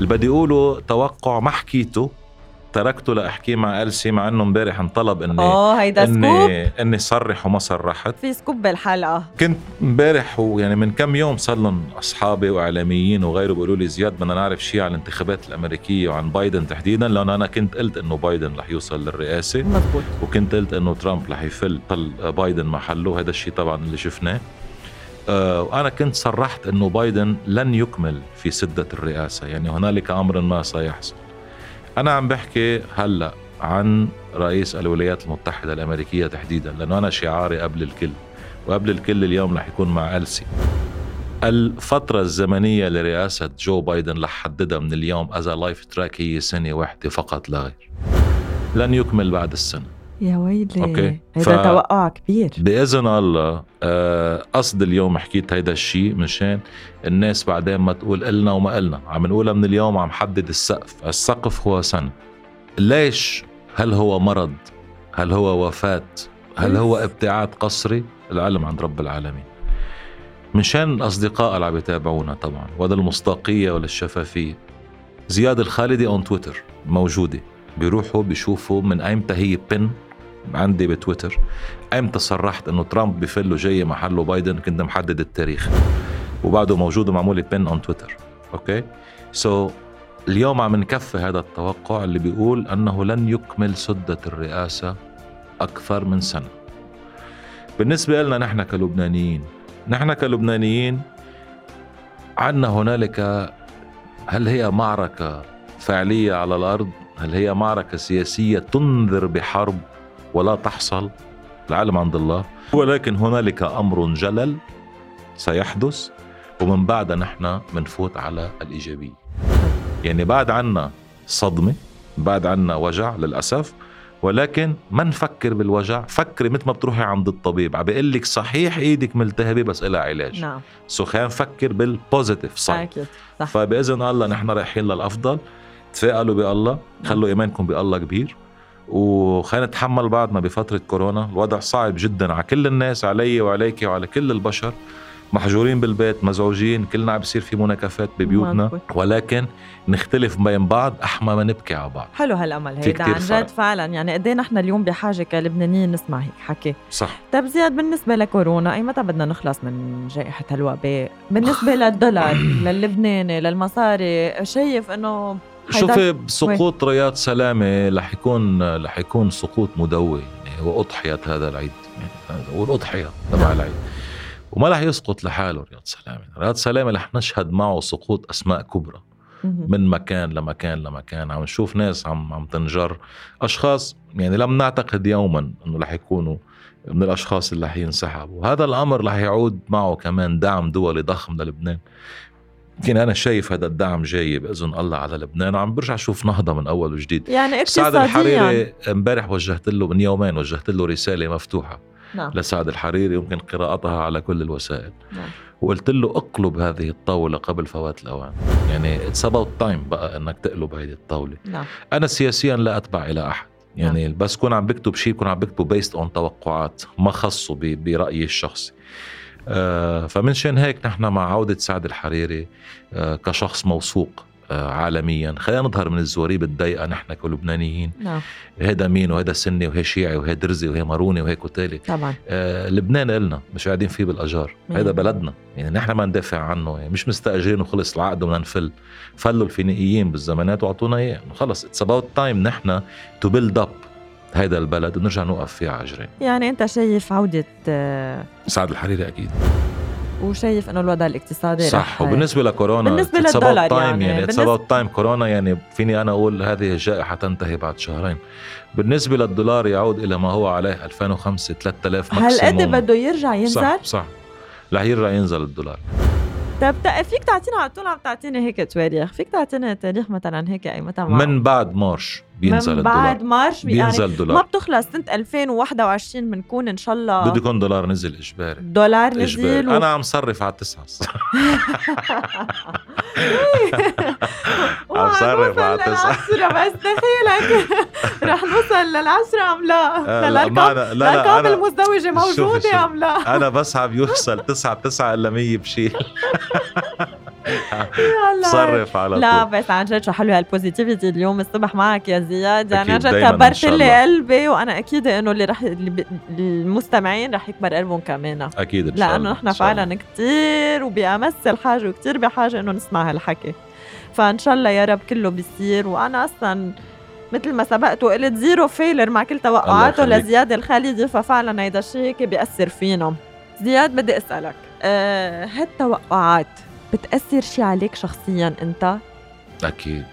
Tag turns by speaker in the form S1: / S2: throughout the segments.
S1: اللي بدي أقوله توقع ما حكيته، تركته لأحكي مع ألسي، مع أنه مبارح انطلب إني صرح وما صرحت.
S2: في سكوب بالحلقة.
S1: كنت مبارح ويعني من كم يوم صار لهم أصحابي وإعلاميين وغيره بيقولوا لي زياد بدنا نعرف شيء عن الانتخابات الأمريكية وعن بايدن تحديدا، لأنه أنا كنت قلت إنه بايدن رح يوصل للرئاسة
S2: مزبوط.
S1: وكنت قلت إنه ترامب رح يفل بايدن محله. هذا الشيء طبعا اللي شفناه. وأنا كنت صرحت إنه بايدن لن يكمل في سدة الرئاسة، يعني هنالك أمر ما سيحصل. أنا عم بحكي هلأ عن رئيس الولايات المتحدة الأمريكية تحديدا، لأنه أنا شعاري قبل الكل، وقبل الكل اليوم رح يكون مع ألسي. الفترة الزمنية لرئاسة جو بايدن رح حددها من اليوم as a life track، هي سنة واحدة فقط لا غير، لن يكمل بعد السنة.
S2: يا ويلي.
S1: أوكي.
S2: هذا توقع كبير
S1: بإذن الله. قصد اليوم حكيت هيدا الشيء مشان الناس بعدين ما تقول قلنا وما قلنا. عم نقولها من اليوم، عم حدد السقف هو سنة. ليش؟ هل هو مرض؟ هل هو وفاة؟ هل هو ابتعاد قسري؟ العلم عند رب العالمين. مشان الأصدقاء اللي عم يتابعونا طبعا، وهذا المصداقية والشفافية. زياد الخالدي on تويتر موجودة، بيروحوا بيشوفوا من أيمتى هي بن عندي بتويتر، أيمتى صرحت إنه ترامب بيفل وجاي محله بايدن، كنت محدد التاريخ وبعده موجودة معمولة بن on تويتر. أوكي. اليوم عم نكفي هذا التوقع اللي بيقول أنه لن يكمل سدة الرئاسة أكثر من سنة. بالنسبة لنا نحن كلبنانيين عنا هنالك، هل هي معركة فعلية على الأرض؟ هل هي معركة سياسية تنذر بحرب ولا تحصل؟ العلم عند الله. ولكن هنالك أمر جلل سيحدث، ومن بعد نحن منفوت على الإيجابية. يعني بعد عنا صدمة، بعد عنا وجع للأسف، ولكن ما نفكر بالوجع. فكري مثل ما بتروحي عند الطبيب عم بيقول لك صحيح ايدك ملتهبة بس إلها علاج.
S2: نعم.
S1: خلينا نفكر بالبوزيتيف صح.
S2: صح.
S1: فبإذن الله نحن رايحين للأفضل. تفائلوا بالله، خلوا إيمانكم بالله كبير، وخلينا نتحمل بعد ما بفترة كورونا. الوضع صعب جدا على كل الناس، علي وعليك وعلى كل البشر، محجورين بالبيت، مزعوجين، كلنا عم بيصير في مناكفات ببيوتنا، ولكن نختلف بين بعض أحمى ما نبكي على بعض.
S2: حلو هالأمل هيدا عن جد فعلا. يعني قديه نحن اليوم بحاجة كلبنانيين نسمع هيك حكي.
S1: صح.
S2: طيب زياد، بالنسبة لكورونا أي متى بدنا نخلص من جائحة الوباء؟ بالنسبة للدولار لللبناني للمصاري، شايف إنه
S1: شوفي سقوط رياض سلامة رح يكون سقوط مدوي، يعني هو أضحية هذا العيد، يعني هو الأضحية تبع العيد، وما رح يسقط لحاله رياض سلامة رح نشهد معه سقوط أسماء كبرى من مكان لمكان. عم نشوف ناس عم تنجر، أشخاص يعني لم نعتقد يوما أنه رح يكونوا من الأشخاص اللي رح ينسحبوا. هذا الأمر رح يعود معه كمان دعم دولي ضخم للبنان. يمكن أنا شايف هذا الدعم جاي بإذن الله على لبنان، وعم برجع أشوف نهضة من أول وجديد.
S2: يعني اقتصاديا.
S1: سعد الحريري امبارح وجهت له من يومين وجهت له رسالة مفتوحة.
S2: نعم.
S1: لسعد الحريري يمكن قراءتها على كل الوسائل.
S2: نعم.
S1: وقلت له اقلب هذه الطاولة قبل فوات الأوان. يعني it's about time بقى أنك تقلب هذه الطاولة.
S2: نعم.
S1: أنا سياسيا لا أتبع إلى أحد، يعني نعم. بس كون عم بكتب شيء كون عم بكتبه based on توقعات ما خصه برأيي الشخصي. فمن شان هيك نحن مع عودة سعد الحريري كشخص موثوق عالميا، خلينا نظهر من الزواريب الضيقة نحن كلبنانيين.
S2: نعم.
S1: هيدا مين وهيدا سني وهي شيعي وهي درزي وهي ماروني وهي كتالي.
S2: طبعا.
S1: لبنان إلنا مش قاعدين فيه بالأجار. هيدا بلدنا، يعني نحن ما ندافع عنه، يعني مش مستأجرين وخلص العقد ومن نفل. فلوا الفينيقيين بالزمانات وعطونا إياه، خلص it's about time نحن to build up هيدا البلد ونرجع نوقف فيه عجرين.
S2: يعني أنت شايف عودة
S1: سعد الحريري أكيد،
S2: وشايف إنه الوضع الاقتصادي
S1: صح. وبالنسبة لكورونا
S2: بالنسبة للدولار
S1: يعني it's about time كورونا، يعني فيني أنا أقول هذه الجائحة تنتهي بعد شهرين. بالنسبة للدولار يعود إلى ما هو عليه 2005 3000 ماكسيموم.
S2: هل قد بده يرجع ينزل؟
S1: صح رح يرجع ينزل الدولار.
S2: طب فيك تعطينا على طول، عم تعطيني هيك تواريخ، فيك تعطينا تاريخ مثلا هيك أي متى
S1: من بعد مارش بينزل الدولار.
S2: من بعد مارش
S1: بينزل
S2: يعني
S1: الدولار.
S2: ما بتخلص سنة 2021 بنكون إن شاء الله
S1: بده يكون دولار نزل إجباري.
S2: دولار نزل
S1: أنا عم صرف على 9 عم صرف على 9
S2: بس دخيلك رح نوصل لل10 أم لا؟ الأرقام المزدوجة موجودة أم لا؟
S1: أنا بس عم يوصل 9 إلا 100 بشيل. صرف على
S2: لا
S1: طول.
S2: بس عن جد شو حلوة هالبوزيتيفيتي اليوم الصبح معك يا زياد. يعني عن
S1: أكيد،
S2: جد
S1: دايماً إن
S2: كبرت
S1: شاء
S2: لي
S1: الله.
S2: قلبي، وانا اكيد انه المستمعين رح يكبر قلبهم كمان،
S1: اكيد ان شاء الله،
S2: لانه نحن
S1: إن شاء الله.
S2: فعلا كتير وبأمس الحاجة وكتير بحاجة انه نسمع هالحكي. فان شاء الله يا رب كله بيصير. وانا اصلا مثل ما سبقت وقلت زيرو فيلر مع كل توقعاته
S1: الله يخليك.
S2: لزياد الخالدي، ففعلا هيدا الشيء هيك بيأثر فينا. زياد بدي اسألك، هالتوقعات بتأثر شي عليك شخصيا انت؟
S1: اكيد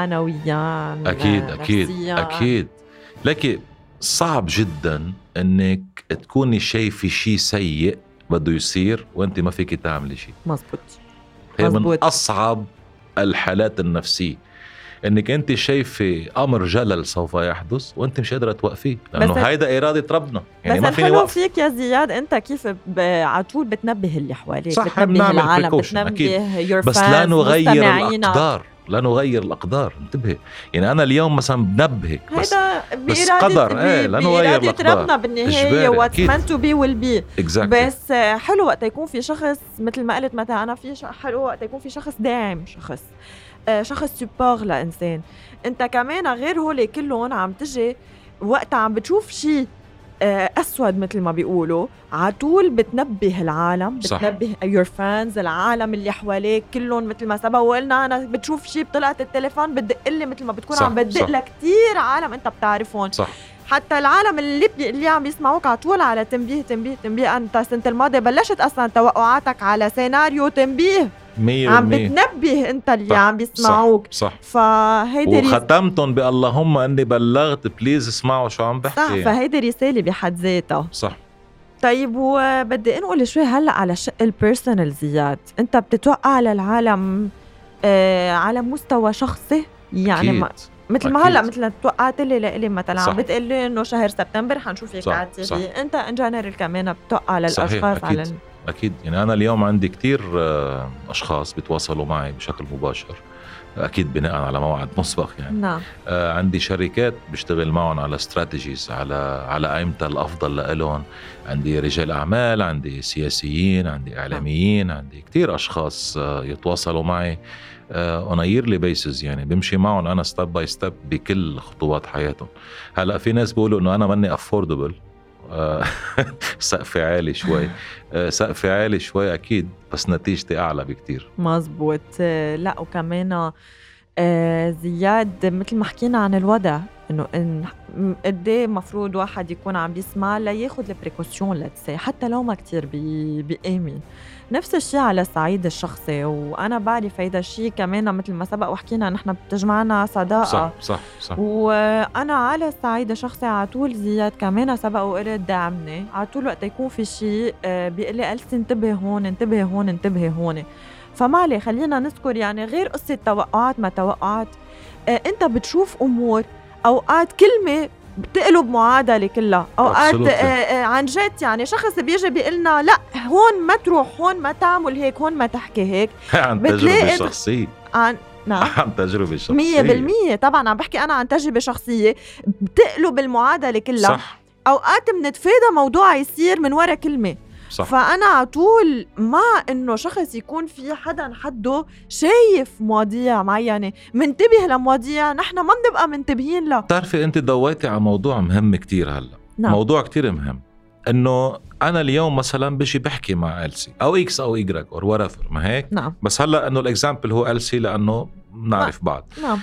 S2: معنويا
S1: اكيد
S2: نفسياً؟
S1: اكيد. لكن صعب جدا انك تكوني شايفه شيء سيء بده يصير وانت ما فيك تعملي شيء.
S2: مزبوط.
S1: هي من
S2: مزبوط.
S1: اصعب الحالات النفسيه، انك انت شايفه امر جلل سوف يحدث وانت مش قادره توقفيه، لانه
S2: بس
S1: هيدا اراده ربنا، يعني
S2: بس
S1: ما فيني
S2: الحلو
S1: وقف.
S2: فيك يا زياد انت كيف على طول بتنبه اللي حواليك،
S1: صح،
S2: بتنبه
S1: بنعمل
S2: العالم،
S1: precaution، أكيد.
S2: بتنبه your
S1: بس
S2: fans،
S1: لا نغير
S2: مستمعينك.
S1: الاقدار، لا نغير الاقدار. انتبهي، يعني انا اليوم مثلا بنبهك بس
S2: هيدا
S1: بس قدر، لا نغير
S2: بإرادة
S1: الاقدار.
S2: ربنا بالنهاية.
S1: إجباري،
S2: what's
S1: أكيد.
S2: meant to be will be.
S1: exactly.
S2: بس حلو وقت يكون في شخص مثل ما قلت مثلا أنا حلو وقت يكون في شخص داعم، شخص سبور لإنسان. انت كمان غير هولي كلهم عم تجي وقت عم بتشوف شيء أسود مثل ما بيقولوا، عطول بتنبه العالم، بتنبه your fans، العالم اللي حواليك كلهم. مثل ما سبق وقلنا أنا بتشوف شيء بطلعت التليفون بدق لي مثل ما بتكون عم بدق لك كتير عالم أنت بتعرفون.
S1: صح.
S2: حتى العالم اللي عم يسمعوك عطول على تنبيه تنبيه تنبيه. أنت السنة الماضية بلشت أصلا توقعاتك على سيناريو تنبيه،
S1: 100%
S2: عم بتنبه انت اللي
S1: صح.
S2: عم بيسمعوك.
S1: صح.
S2: فهيدي
S1: وختمتم باللهم اني بلغت، بليز اسمعوا شو عم بحكي.
S2: صح. فهيدي رسالة بحد ذاتها.
S1: صح.
S2: طيب وبدي انقل شوي هلا على شق البيرسونال. زياد انت بتتوقع للعالم على مستوى شخصي؟ يعني مثل ما هلا مثل توقعت لي مثلا عم بتقول لي انه شهر سبتمبر حنشوفك على التي في، انت ان جنرال كمان بتوقع للاشخاص
S1: أكيد. على أكيد. يعني أنا اليوم عندي كتير أشخاص بيتواصلوا معي بشكل مباشر، أكيد بناء على موعد مسبق يعني.
S2: نعم.
S1: عندي شركات بشتغل معهم على استراتيجيز، على أيمتى الأفضل لإلهم. عندي رجال أعمال، عندي سياسيين، عندي إعلاميين، عندي كتير أشخاص يتواصلوا معي on a yearly basis، يعني بمشي معهم أنا step by step بكل خطوات حياتهم. هلأ في ناس بيقولوا إنه أنا مني affordable، سقف عالي شوي. سقف عالي شوي أكيد، بس نتيجتي أعلى بكتير.
S2: مزبوط. لا وكمان زياد مثل ما حكينا عن الوضع، إنه قديه مفروض واحد يكون عم بيسمع لياخد البريكوشن لتسي حتى لو ما كتير بيآمن. نفس الشيء على الصعيد الشخصي، وأنا بعرف هيدا الشيء كمان مثل ما سبق وحكينا نحن بتجمعنا صداقة.
S1: صح صح صح.
S2: وأنا على الصعيد الشخصي عطول زياد كمان سبق وقلت دعمني عطول وقت يكون في شيء بيقلي ألسي انتبه هون انتبه هون انتبه هون. فمالي خلينا نذكر يعني غير قصة توقعات ما توقعات، انت بتشوف أمور أوقات كلمة بتقلب معادلة كلها أوقات. عن جد يعني شخص بيجي بيقلنا لا هون ما تروح، هون ما تعمل هيك، هون ما تحكي هيك.
S1: عن تجربة شخصية.
S2: نعم.
S1: عن تجربة شخصية
S2: 100%. طبعا عم بحكي أنا عن تجربة شخصية. بتقلب المعادلة كلها.
S1: صح.
S2: أوقات منتفادى موضوع يصير من وراء كلمة.
S1: صح.
S2: فأنا عطول مع إنه شخص يكون في حدا حده شايف مواضيع معينة، منتبه لمواضيع نحن ما بنبقى منتبهين له.
S1: تعرفي أنت ضويتي على موضوع مهم كتير هلأ.
S2: نعم.
S1: موضوع كتير مهم، إنه أنا اليوم مثلا بشي بحكي مع ألسي أو إكس أو إيجريك أو ورافر، ما هيك؟
S2: نعم.
S1: بس هلأ إنه الإكزامبل هو ألسي لأنه نعرف بعض.
S2: نعم.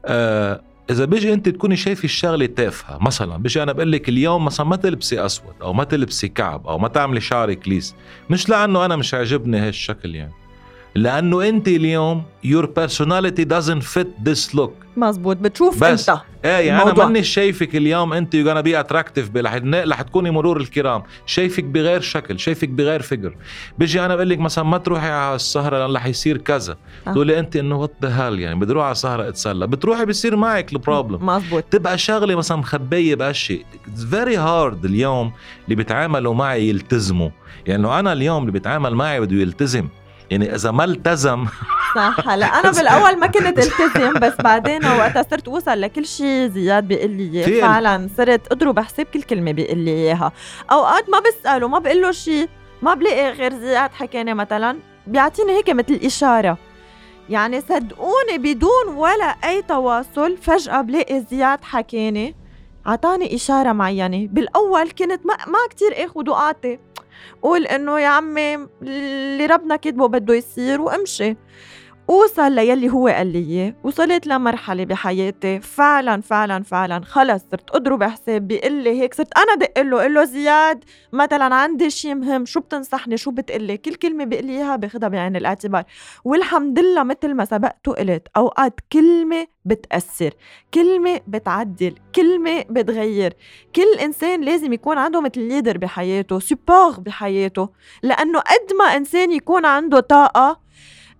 S1: إذا بيجي أنت تكوني شايفي الشغلة تافهة، مثلا بيجي أنا بقول لك اليوم مثلا ما تلبسي أسود أو ما تلبسي كعب أو ما تعملي شعرك ليس، مش لأنه أنا مش عاجبني هالشكل، يعني لأنه أنت اليوم your personality doesn't fit this look.
S2: مزبوط. بتشوف
S1: بس
S2: أنت
S1: يعني أنا ماني شايفك اليوم أنت you're gonna be attractive رح تكوني مرور الكرام، شايفك بغير شكل، شايفك بغير فكر. بيجي أنا بقول لك مثلا ما تروحي على السهرة لأن رح يصير كذا، تقولي أنت إنه what the hell، يعني بدي أروح على السهرة أتسلى، بتروحي بيصير معك البروبلم.
S2: مزبوط.
S1: تبقى شغلة مثلا مخبية بهالشيء. It's very hard اليوم اللي بيتعاملوا معي يلتزموا، يعني لو أنا اليوم اللي بيتعامل معي بده يلتزم، يعني إذا ما التزم
S2: صح. هلا أنا بالأول ما كنت التزم، بس بعدين وقتها صرت أوصل لكل شيء زياد بيقول لي إياه، فعلا صرت أضرب بحسب كل كلمة بيقول لي إياها. أوقات ما بسأله ما بقول له شيء، ما بلاقي غير زياد حكاني مثلا بيعطيني هيك مثل إشارة يعني صدقوني بدون ولا أي تواصل فجأة بلاقي زياد حكاني عطاني إشارة معينة. بالأول كنت ما كتير أخد وقعطي قول إنه يا عمي اللي ربنا كتبه بده يصير وامشي. وصل ليلي هو قال لي إياه. وصلت لمرحلة بحياتي فعلا فعلا فعلا خلص صرت أضرب حساب بيقول لي هيك، صرت أنا دق له قل له زياد مثلا عندي شي مهم، شو بتنصحني، شو بتقلي؟ كل كلمة بيقول لي إياها باخدها بعين الاعتبار. والحمد لله مثل ما سبقت وقلت أوقات كلمة بتأثر، كلمة بتعدل، كلمة بتغير. كل إنسان لازم يكون عنده مثل ليدر بحياته، سيبور بحياته، لأنه قد ما إنسان يكون عنده طاقة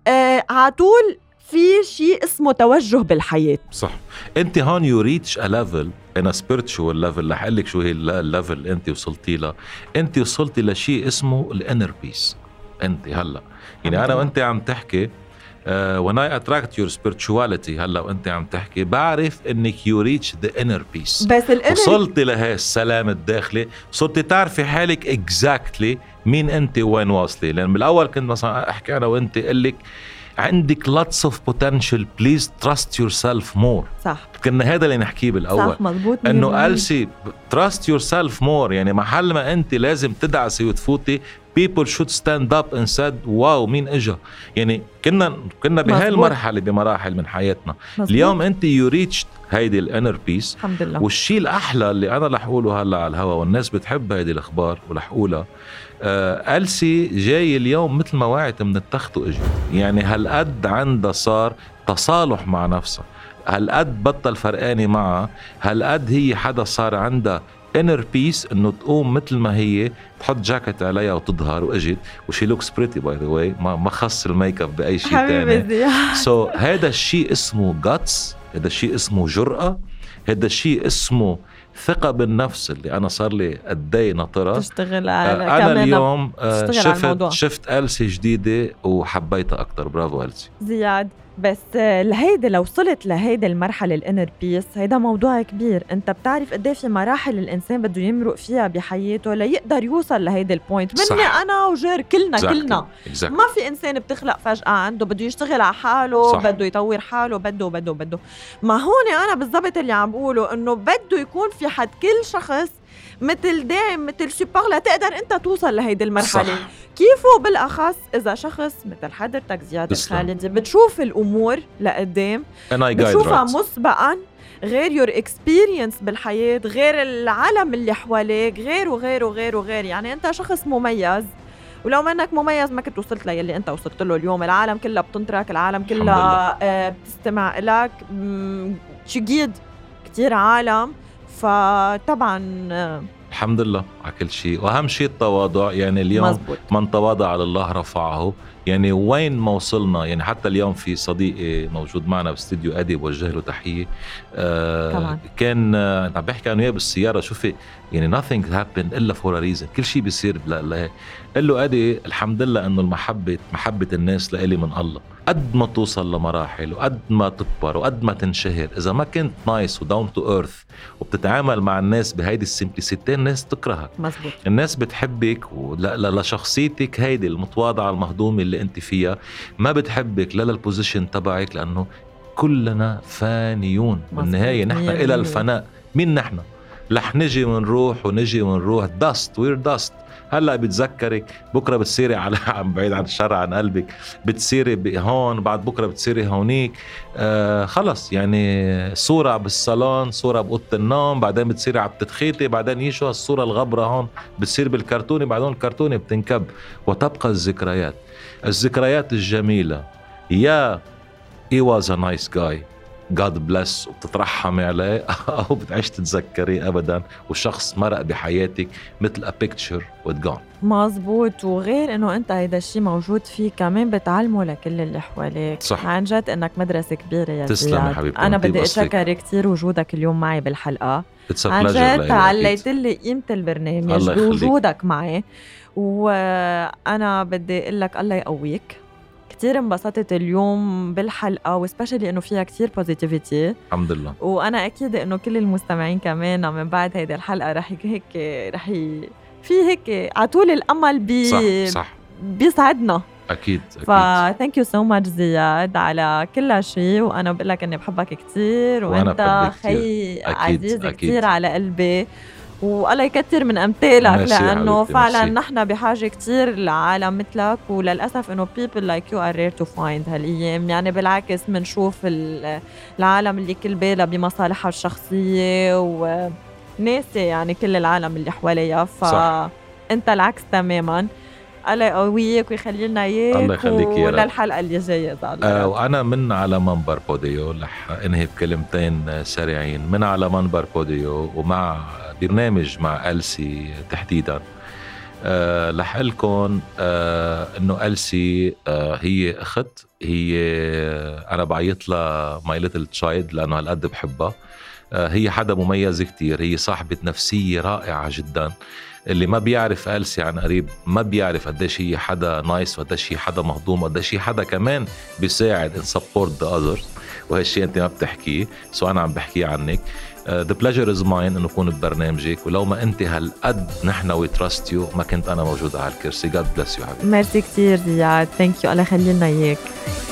S2: عطول في شيء اسمه توجه بالحياة.
S1: صح. انت هون you reach a level in a spiritual level. رح اقول لك شو هي الليفل انت وصلتي له. انت وصلتي لشيء اسمه الانر بيس. انت هلا يعني انا وانت عم تحكي when I attract your spirituality هلا وانت عم تحكي بعرف انك you reach the inner peace.
S2: بس
S1: وصلتي لهي السلام الداخلي، صرتي تعرفي حالك exactly مين انت وين واصلي. لان بالاول كنت مثلا احكي انا وانت قل لك عندك lots of potential please trust yourself more.
S2: صح.
S1: كنا هذا اللي نحكيه بالاول.
S2: صح مزبوط.
S1: انه ألسي trust yourself more، يعني محل ما انت لازم تدعسي وتفوتي people should stand up and said واو مين اجا. يعني كنا بهاي المرحله بمراحل من حياتنا. مزبوط. اليوم انت you reached هيدي الانر بيس
S2: الحمد لله.
S1: والشيء الاحلى اللي انا رح اقوله هلا على الهوا والناس بتحب هيدي الاخبار ورح اقولها ألسي جاي اليوم مثل ما وعت من التخت واجت. يعني هالقد عندها صار تصالح مع نفسها، هالقد بطل فرقاني معها، هالقد هي حدا صار عندها inner peace انه تقوم مثل ما هي تحط جاكيت عليها وتظهر واجت وشي لوكس بريتي باي ذا واي، ما خص الميك اب باي شيء ثاني. سو هذا الشيء اسمه جاتس، هذا الشيء اسمه جرأة، هذا الشيء اسمه ثقة بالنفس اللي أنا صار لي قدي ناطرة
S2: تشتغل على
S1: أنا اليوم شفت ألسي جديدة وحبيتها أكتر. برافو ألسي.
S2: زياد بس لهيدا لو وصلت لهيدا المرحلة الانر بيس هيدا موضوع كبير. انت بتعرف قديه في مراحل الانسان بده يمرق فيها بحياته ليقدر يوصل لهيدا البوينت. مني انا وجير كلنا ما في انسان بتخلق فجأة عنده بده يشتغل على حاله. صح. بده يطور حاله بده ما هون انا بالضبط اللي عم بقوله انه بده يكون في حد كل شخص مثل داعم مثل سيبور لتقدر انت توصل لهيدي المرحلة. صح. كيفو بالاخص اذا شخص مثل حضرتك زياد الخالدي بتشوف الامور لقدام، بتشوفها مسبقا، غير يور اكسبيرينس بالحياة، غير العالم اللي حواليك، غير يعني انت شخص مميز. ولو ما انك مميز ما كنت وصلت للي انت وصلت له اليوم. العالم كلها بتنطرك، العالم كلها بتستمع لك، شجيد كتير عالم. فطبعا
S1: الحمد لله على كل شيء، واهم شيء التواضع. يعني اليوم مزبوط. من تواضع على الله رفعه. يعني وين ما وصلنا، يعني حتى اليوم في صديقي موجود معنا باستديو ادي بوجه له تحيه كان عم بحكي عنه بالسياره. شوفي يعني nothing happened الا for a reason. كل شيء بيصير لا قال له ادي الحمد لله انه محبه الناس لإلي من الله. قد ما توصل لمراحل وقد ما تكبر وقد ما تنشهر، اذا ما كنت نايس وداون تو ايرث وبتتعامل مع الناس بهيدي السمبلسيتي الناس تكرهك. مزبوط. الناس بتحبك لشخصيتك هيدي المتواضعه المهضومه اللي انت فيها، ما بتحبك لا للبوزيشن تبعك، لانه كلنا فانيون بالنهايه. نحن الى الفناء. مين نحن؟ رح نجي ونروح dust we're dust. هلا بتذكرك بكره بتصيري على بعيد عن الشر عن قلبك، بتصيري هون، بعد بكره بتصيري هونيك. خلص يعني صوره بالصالون، صوره باوضه النوم، بعدين بتصيري عم تتخيطي، بعدين يشوى الصوره الغبره هون بتصير بالكرتوني، بعدين الكرتوني بتنكب. وتبقى الذكريات الجميله. يا he was a nice guy God bless وبتترحمي عليه أو بتعيش تتذكري أبداً وشخص مرق بحياتك مثل a picture with gone.
S2: مزبوط. وغير إنه أنت هيدا الشيء موجود فيه كمان بتعلمه لكل اللي حواليك. صح. عن جد إنك مدرسة كبيرة يا
S1: تسلم حبيبتي.
S2: أنا بدي أشكر كتير وجودك اليوم معي بالحلقة. عن جد تعليت لي قيمة البرنامج بوجودك معي. وأنا بدي أقول لك الله يقويك. كتير انبسطت اليوم بالحلقة وسبيشالي انه فيها كتير بوزيتيفيتي. الحمد لله. وانا اكيد انه كل المستمعين كمان من بعد هيدا الحلقة رح في هيك عطول الامل صح. بيسعدنا
S1: اكيد
S2: ثانك يو سو ماتش زياد على كل شيء، وانا بقول لك اني بحبك كتير، وانت خي عزيز كتير على قلبي، والله يكتر من امثالك، لانه فعلا نحن بحاجه كتير لعالم مثلك، وللاسف انه people like you are rare to find هالايام. يعني بالعكس بنشوف العالم اللي كل بالها بمصالحها الشخصيه وناسي يعني كل العالم اللي حواليها، فانت العكس تماما. الله يقويك ويخلي لنا اياك وللحلقه اللي جايه.
S1: وانا من على منبر بوديو رح انهي بكلمتين سريعين. من على منبر بوديو ومع برنامج مع ألسي تحديدا، رح لكم انه ألسي هي اخت، هي انا بعيط لها ماي ليتل تشايلد لانه هالقد بحبها. هي حدا مميز كتير، هي صاحبة نفسية رائعة جدا. اللي ما بيعرف ألسي عن قريب ما بيعرف قديش هي حدا نايس، وقديش هي حدا مهضوم، وقديش هي حدا كمان بيساعد in support the others، وهالشي انت ما بتحكيه، سو انا عم بحكيه عنك. the pleasure is mine انه اكون ببرنامجك، ولو ما انت هالقد نحن we trust you ما كنت انا موجودة على الكرسي. God bless you حبيبي.
S2: ميرسي كتير زياد. ثانك يو. الله يخلي لنا اياك.